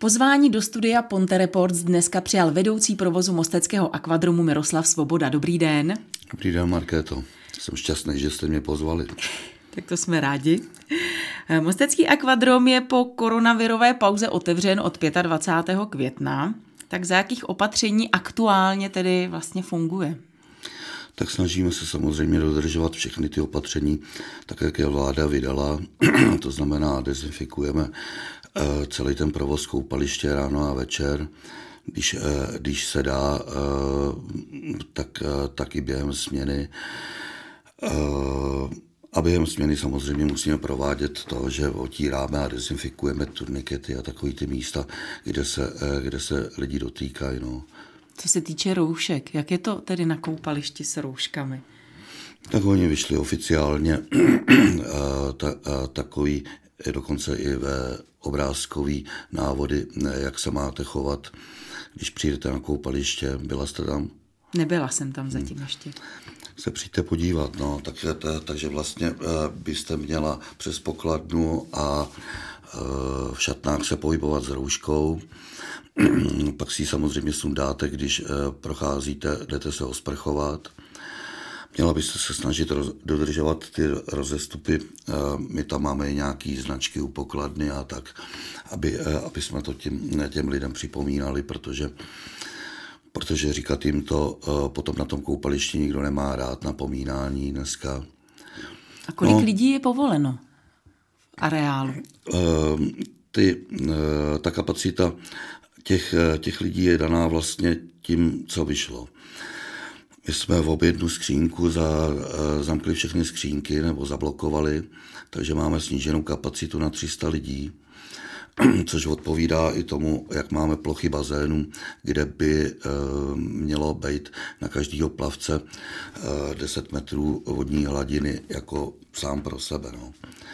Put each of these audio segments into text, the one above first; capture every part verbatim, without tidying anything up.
Pozvání do studia Ponte Reports dneska přijal vedoucí provozu mosteckého akvadromu Miroslav Svoboda. Dobrý den. Dobrý den, Markéto. Jsem šťastný, že jste mě pozvali. Tak to jsme rádi. Mostecký akvadrom je po koronavirové pauze otevřen od dvacátého pátého května. Tak za jakých opatření aktuálně tedy vlastně funguje? Tak snažíme se samozřejmě dodržovat všechny ty opatření, tak jak je vláda vydala. To znamená, dezinfikujeme celý ten provoz koupaliště ráno a večer. Když, když se dá, tak, tak i během směny. A během směny samozřejmě musíme provádět to, že otíráme a dezinfikujeme turnikety a takový ty místa, kde se, kde se lidi dotýkají. No. Co se týče roušek, jak je to tedy na koupališti s rouškami? Tak oni vyšli oficiálně ta, takový, dokonce i ve obrázkový návody, jak se máte chovat, když přijdete na koupaliště. Byla jste tam? Nebyla jsem tam zatím ještě. Se přijďte podívat, no, takže, takže vlastně byste měla přes pokladnu a v šatnách se pohybovat s rouškou. Pak si ji samozřejmě sundáte, když procházíte, jdete se osprchovat. Měla byste se snažit roz, dodržovat ty rozestupy. My tam máme i nějaké značky u pokladny a tak, aby, aby jsme to těm, těm lidem připomínali, protože Protože říkat jim to potom na tom koupališti nikdo nemá rád, napomínání dneska. A kolik no, lidí je povoleno v areálu? Ty, ta kapacita těch, těch lidí je daná vlastně tím, co vyšlo. My jsme v objednu skřínku za, zamkli všechny skřínky nebo zablokovali, takže máme sníženou kapacitu na tři sta lidí. Což odpovídá i tomu, jak máme plochy bazénů, kde by e, mělo být na každého plavce e, deset metrů vodní hladiny jako sám pro sebe. No.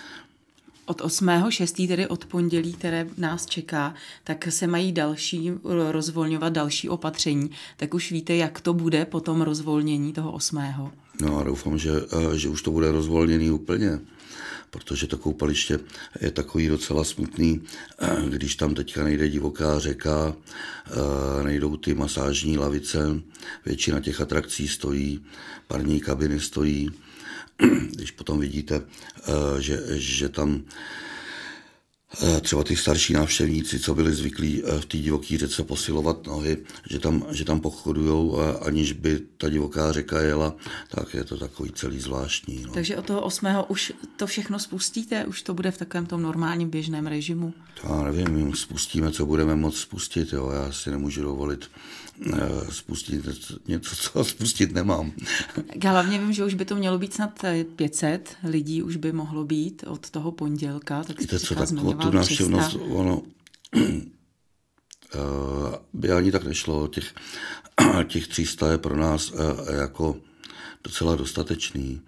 Od osmého šestého tedy od pondělí, které nás čeká, tak se mají další rozvolňovat další opatření. Tak už víte, jak to bude po tom rozvolnění toho osmého No a doufám, že, že už to bude rozvolněný úplně, protože to koupaliště je takový docela smutný, když tam teďka nejde divoká řeka, nejdou ty masážní lavice, většina těch atrakcí stojí, parní kabiny stojí. Když potom vidíte, že, že tam třeba ty starší návštěvníci, co byli zvyklí v té divoké řece posilovat nohy, že tam, že tam pochodujou, aniž by ta divoká řeka jela, tak je to takový celý zvláštní. No. Takže od toho osmého už to všechno spustíte? Už to bude v takovém tom normálním běžném režimu? Já nevím, my spustíme, co budeme moct spustit. Jo. Já si nemůžu dovolit spustit něco, co spustit nemám. Já hlavně vím, že už by to mělo být snad pět set lidí, už by mohlo být od toho pondělka. Tak Víte co, tak o tu návštěvnost, ono by ani tak nešlo. Těch, těch tři sta je pro nás jako docela dostatečný.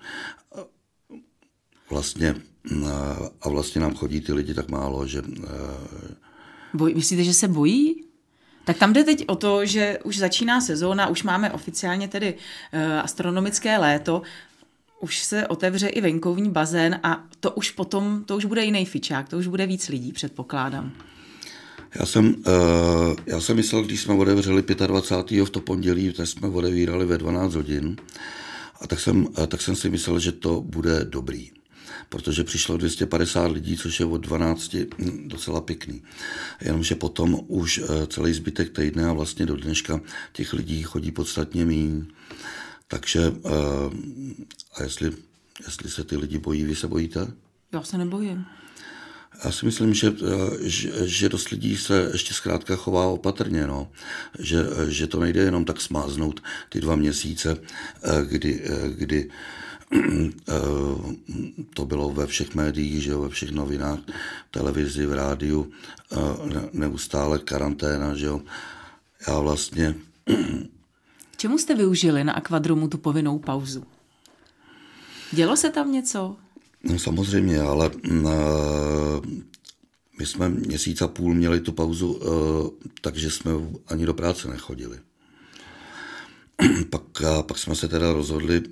Vlastně a vlastně nám chodí ty lidi tak málo, že... Boj, myslíte, že se bojí? Tak tam jde teď o to, že už začíná sezóna, už máme oficiálně tedy uh, astronomické léto, už se otevře i venkovní bazén a to už potom, to už bude jiný fičák, to už bude víc lidí, předpokládám. Já jsem, uh, já jsem myslel, když jsme otevřeli dvacátého pátého v to pondělí, tak jsme otevírali ve dvanáct hodin, a tak jsem, uh, tak jsem si myslel, že to bude dobrý. Protože přišlo dvě stě padesát lidí, což je od dvanácti docela pěkný. Jenomže potom už celý zbytek týdne a vlastně do dneška těch lidí chodí podstatně míň. Takže a jestli, jestli se ty lidi bojí, vy se bojíte? Já se nebojím. Já si myslím, že, že, že dost lidí se ještě zkrátka chová opatrně, no. že, že to nejde jenom tak smáznout ty dva měsíce, kdy, kdy to bylo ve všech médiích, že jo, ve všech novinách, televizi, v rádiu, neustále karanténa, že jo. Já vlastně... Čemu jste využili na akvadromu tu povinnou pauzu? Dělo se tam něco? No, samozřejmě, ale my jsme měsíc a půl měli tu pauzu, takže jsme ani do práce nechodili. Pak, pak jsme se teda rozhodli,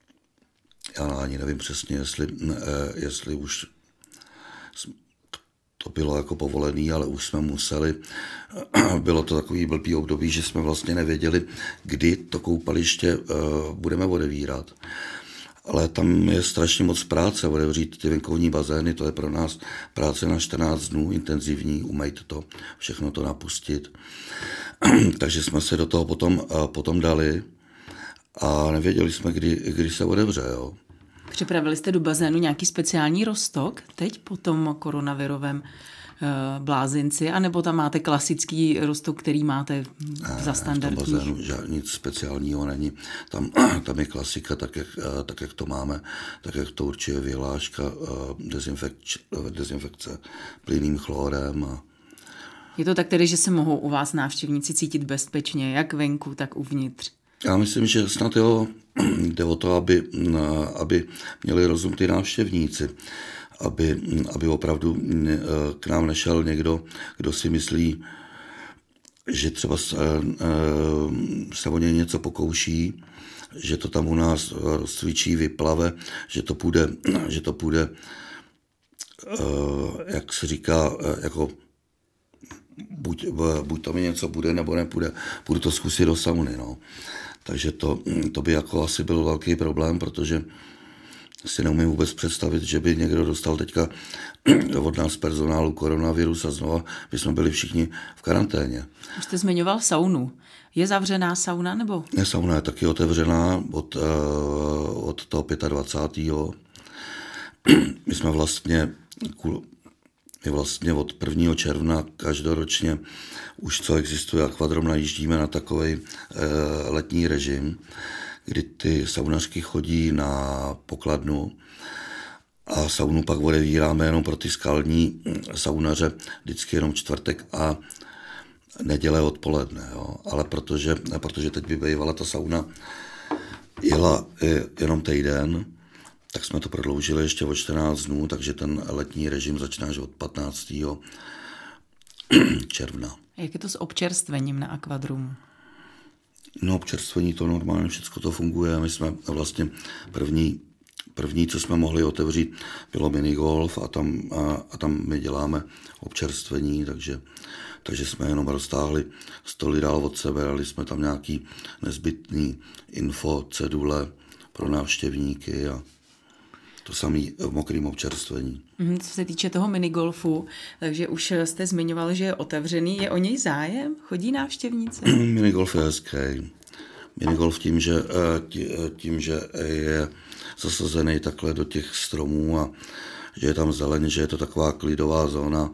já ani nevím přesně, jestli, jestli už to bylo jako povolený, ale už jsme museli. Bylo to takový blbý období, že jsme vlastně nevěděli, kdy to koupaliště uh, budeme odevírat. Ale tam je strašně moc práce, otevřít ty venkovní bazény, to je pro nás práce na čtrnáct dnů, intenzivní, umejt to, všechno to napustit. Takže jsme se do toho potom, uh, potom dali a nevěděli jsme, kdy, kdy se otevře. Jo. Připravili jste do bazénu nějaký speciální roztok teď po tom koronavirovém blázinci, anebo tam máte klasický roztok, který máte za standardní? V tom bazénu žádný nic speciálního není. Tam, tam je klasika, tak jak, tak jak to máme, tak jak to určuje vyhláška dezinfekce, dezinfekce plynným chlorem. A... Je to tak tedy, že se mohou u vás návštěvníci cítit bezpečně, jak venku, tak uvnitř? Já myslím, že snad jo, jde o to, aby, aby měli rozum ty návštěvníci. Aby, aby opravdu k nám nešel někdo, kdo si myslí, že třeba se, se o něj něco pokouší, že to tam u nás cvičí, vyplave, že to půjde, že to půjde, jak se říká, jako buď, buď to mi něco bude, nebo nepůjde, budu to zkusit do sauny. No. Takže to, to by jako asi byl velký problém, protože si neumím vůbec představit, že by někdo dostal teďka od nás personálu koronavirus a znova by jsme byli všichni v karanténě. Už jste zmiňoval saunu. Je zavřená sauna nebo? Ne, sauna je taky otevřená od, od toho dvacátého pátého My jsme vlastně, my vlastně od prvního června každoročně už co existuje Aquadrom najíždíme na takovej letní režim, kdy ty saunařky chodí na pokladnu a saunu pak odevíráme jenom pro ty skalní saunaře vždycky jenom čtvrtek a neděle odpoledne. Jo. Ale protože, protože teď by bývala ta sauna jela jenom týden, tak jsme to prodloužili ještě o čtrnáct dnů, takže ten letní režim začíná až od patnáctého června. Jak je to s občerstvením na Aquadromu? No, občerstvení to normálně, všechno to funguje. My jsme vlastně první, první, co jsme mohli otevřít, bylo minigolf a tam, a, a tam my děláme občerstvení, takže, takže jsme jenom roztáhli stoly dál od sebe, dali jsme tam nějaký nezbytný info, cedule pro návštěvníky a to samé v mokrým občerstvení. Mm, co se týče toho minigolfu, takže už jste zmiňoval, že je otevřený. Je o něj zájem? Chodí návštěvníci? Minigolf je hezký. Minigolf tím, že, tím, že je zasazený takhle do těch stromů a že je tam zeleň, že je to taková klidová zóna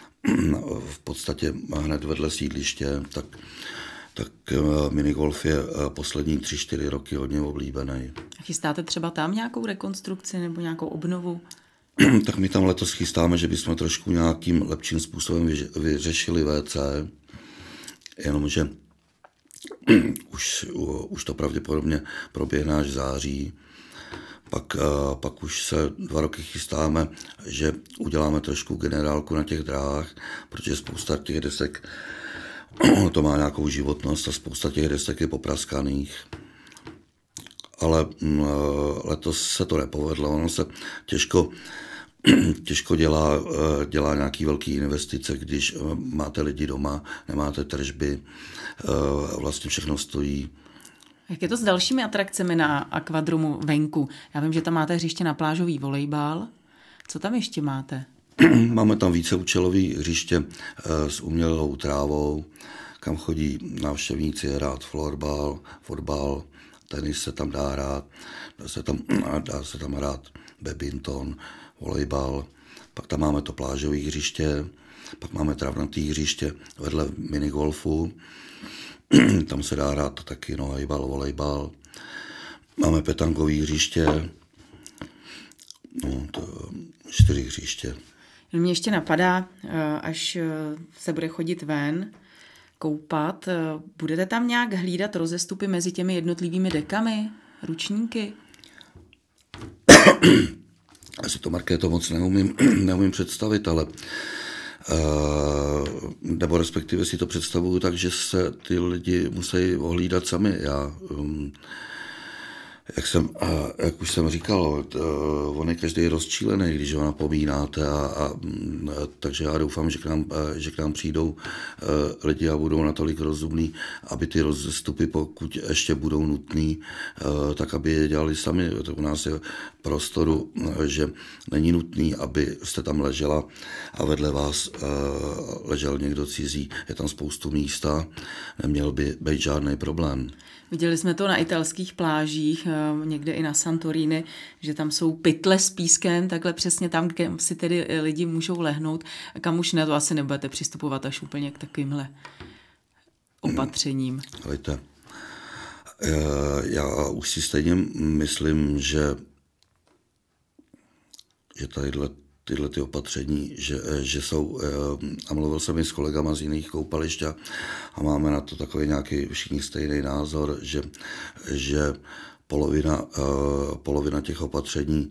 v podstatě hned vedle sídliště, tak tak minigolf je poslední tři, čtyři roky hodně oblíbený. Chystáte třeba tam nějakou rekonstrukci nebo nějakou obnovu? Tak my tam letos chystáme, že bychom trošku nějakým lepším způsobem vyřešili vé cé, jenomže už, už to pravděpodobně proběhne až v září. Pak, pak už se dva roky chystáme, že uděláme trošku generálku na těch dráhách, protože spousta těch desek to má nějakou životnost a spousta těch desek je popraskaných. Ale letos se to nepovedlo, ono se těžko, těžko dělá, dělá nějaký velký investice, když máte lidi doma, nemáte tržby, vlastně všechno stojí. Jak je to s dalšími atrakcemi na Aquadromu venku? Já vím, že tam máte hřiště na plážový volejbal. Co tam ještě máte? Máme tam víceúčelový hřiště s umělou trávou, kam chodí návštěvníci hrát florbal, fotbal, tenis se tam dá hrát, dá se tam, dá se tam hrát badminton, volejbal, pak tam máme to plážové hřiště, pak máme travnatý hřiště vedle minigolfu, tam se dá hrát taky nohejbal, volejbal, máme petankový hřiště, no to čtyři hřiště. Mě ještě napadá, až se bude chodit ven, koupat, budete tam nějak hlídat rozestupy mezi těmi jednotlivými dekami, ručníky? Já si to, Markéto, moc neumím, neumím představit, ale uh, nebo respektive si to představuju tak, že se ty lidi musí ohlídat sami. Já um, Jak, jsem, jak už jsem říkal, on je každý rozčílený, když ho napomínáte, a, a, a, takže já doufám, že k, nám, že k nám přijdou lidi a budou natolik rozumní, aby ty rozstupy, pokud ještě budou nutný, tak aby je dělali sami. U nás je prostoru, že není nutný, aby jste tam ležela a vedle vás ležel někdo cizí. Je tam spoustu místa, neměl by být žádný problém. Viděli jsme to na italských plážích, někde i na Santorini, že tam jsou pytle s pískem, takhle přesně tam, kde si tedy lidi můžou lehnout, kam už ne, to asi nebudete přistupovat až úplně k takovýmhle opatřením. Hejte, já už si stejně myslím, že, že tadyhle tyhle ty opatření, že, že jsou, a mluvil jsem i s kolegama z jiných koupališť a máme na to takový nějaký všichni stejný názor, že, že polovina, polovina těch opatření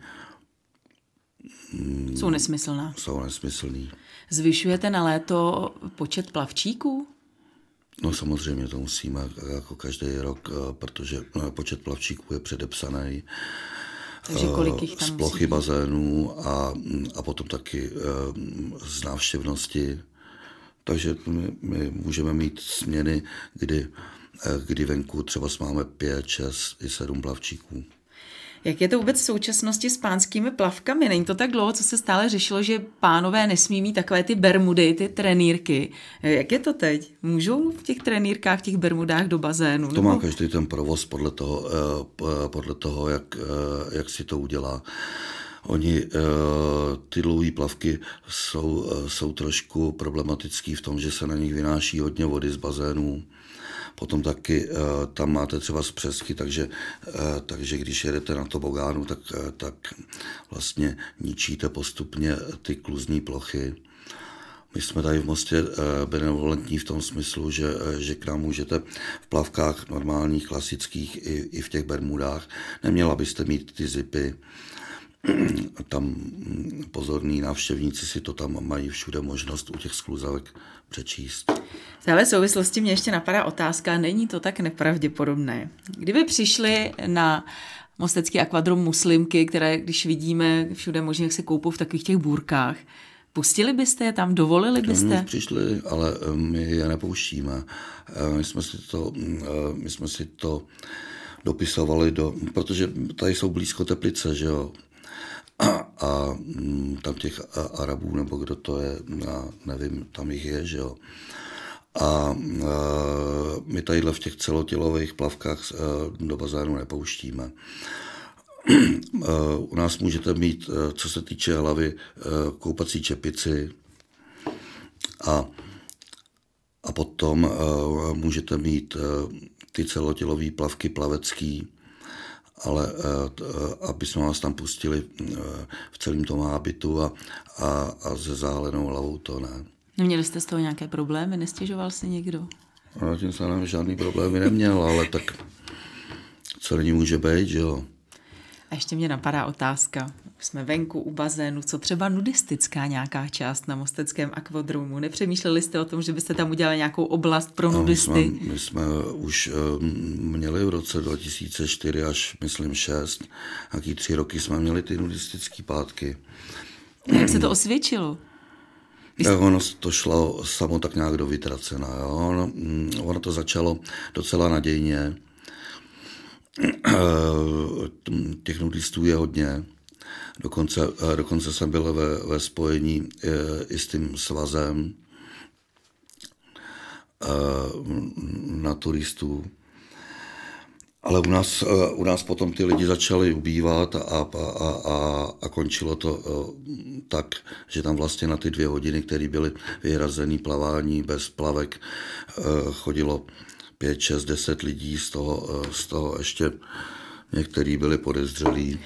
jsou nesmyslná. Jsou nesmyslný. Zvyšujete na léto počet plavčíků? No samozřejmě to musíme jako každý rok, protože počet plavčíků je předepsaný. Takže kolik jich tam z plochy bazénů a, a potom taky z návštěvnosti. Takže my, my můžeme mít směny, kdy, kdy venku třeba máme pět, šest i sedm plavčíků. Jak je to vůbec v současnosti s pánskými plavkami? Není to tak dlouho, co se stále řešilo, že pánové nesmí mít takové ty bermudy, ty trenýrky. Jak je to teď? Můžou v těch trenýrkách, v těch bermudách do bazénu? To má každý ten provoz podle toho, podle toho jak, jak si to udělá. Oni, ty dlouhé plavky jsou, jsou trošku problematický v tom, že se na nich vynáší hodně vody z bazénů. Potom taky tam máte třeba zpřesky, takže, takže když jedete na tobogánu, tak, tak vlastně ničíte postupně ty kluzní plochy. My jsme tady v Mostě benevolentní v tom smyslu, že, že k nám můžete v plavkách normálních, klasických i, i v těch bermudách. Neměla byste mít ty zipy. Tam pozorní návštěvníci si to tam mají všude možnost u těch skluzavek přečíst. V téhle souvislosti mě ještě napadá otázka, není to tak nepravděpodobné. Kdyby přišli na mostecký akvadrom muslimky, které, když vidíme všude možná, jak se koupou v takových těch bůrkách, pustili byste je tam, dovolili byste? My přišli, ale my je nepouštíme. My jsme si to, my jsme si to dopisovali, do, protože tady jsou blízko Teplice, že jo. A, a tam těch Arabů, nebo kdo to je, já nevím, tam jich je, že jo. A, a my tadyhle v těch celotělových plavkách do bazénu nepouštíme. U nás můžete mít, co se týče hlavy, koupací čepici a, a potom můžete mít ty celotělové plavky plavecký, ale aby jsme vás tam pustili v celém tom hábitu a, a, a se záhalenou hlavou, to ne. Neměli jste z toho nějaké problémy? Nestěžoval si někdo? No, tím jsem žádný problémy neměl, ale tak co není může být, že jo. A ještě mě napadá otázka. Jsme venku u bazénu, co třeba nudistická nějaká část na mosteckém akvadromu? Nepřemýšleli jste o tom, že byste tam udělali nějakou oblast pro nudisty? No, my, jsme, my jsme už um, měli v roce dva tisíce čtyři až, myslím, šest, nějaký tři roky jsme měli ty nudistické pátky. Jak se to osvědčilo? Jste... Ono to šlo samo tak nějak do vytracena. Jo? Ono, ono to začalo docela nadějně. Těch nudistů je hodně. Dokonce, dokonce jsem byl ve, ve spojení i s tím svazem na turistů. Ale u nás, u nás potom ty lidi začali ubývat a, a, a, a končilo to tak, že tam vlastně na ty dvě hodiny, které byly vyhrazené plavání bez plavek, chodilo pět, šest, deset lidí, z toho, z toho ještě některý byli podezřelí.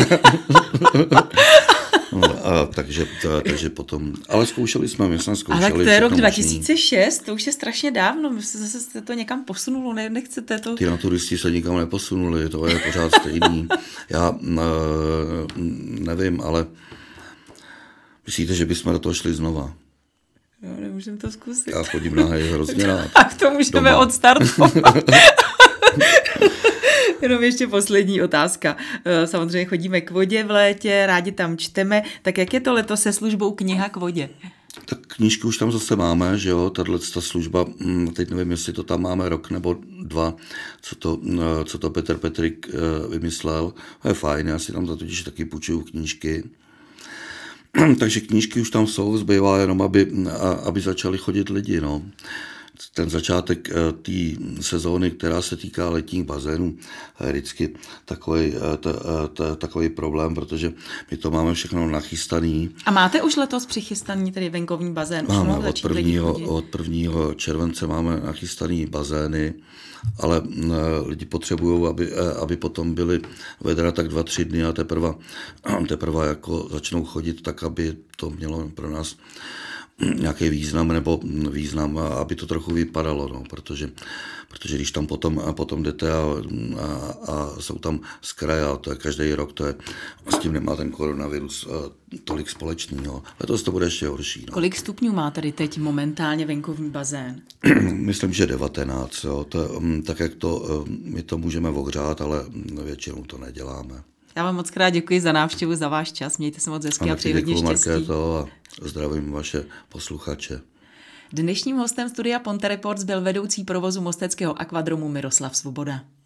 No, a takže, takže potom, ale zkoušeli jsme, my jsme zkoušeli. Ale to je rok dva tisíce šest, to už je strašně dávno, zase se to někam posunulo, ne, nechcete to? Ty naturisti se nikam neposunuli, to je pořád stejný. Já nevím, ale myslíte, že bychom do toho šli znova? Jo, nemůžeme to zkusit. Já chodím na hej hrozně rád. Tak to můžeme odstartovat. Jenom ještě poslední otázka. Samozřejmě chodíme k vodě v létě, rádi tam čteme. Tak jak je to letos se službou Kniha k vodě? Tak knížky už tam zase máme, že jo, tato ta služba, teď nevím, jestli to tam máme rok nebo dva, co to, co to Petr Petrik vymyslel. To je fajn, já si tam za totiž taky půjčuju knížky. Takže knížky už tam jsou, zbývá jenom, aby, aby začali chodit lidi, no. Ten začátek té sezóny, která se týká letních bazénů, je vždycky takový, t, t, takový problém, protože my to máme všechno nachystaný. A máte už letos přichystaný tedy venkovní bazén? Už máme od prvního, od prvního července máme nachystaný bazény, ale lidi potřebují, aby, aby potom byly vedena tak dva, tři dny a teprve, teprve jako začnou chodit tak, aby to mělo pro nás nějaký význam, nebo význam, aby to trochu vypadalo, no, protože, protože když tam potom, a potom jdete a, a, a jsou tam z kraje, a to je každý rok, to je, s tím nemá ten koronavirus tolik společného. Letos to bude ještě horší. No. Kolik stupňů má tady teď momentálně venkovní bazén? Myslím, že devatenáct. Jo. To, tak jak to, my to můžeme ohřát, ale většinou to neděláme. Já vám moc krát děkuji za návštěvu, za váš čas. Mějte se moc hezky a přeji hodně štěstí. Markéto, a zdravím vaše posluchače. Dnešním hostem studia Ponte Reports byl vedoucí provozu mosteckého akvadromu Miroslav Svoboda.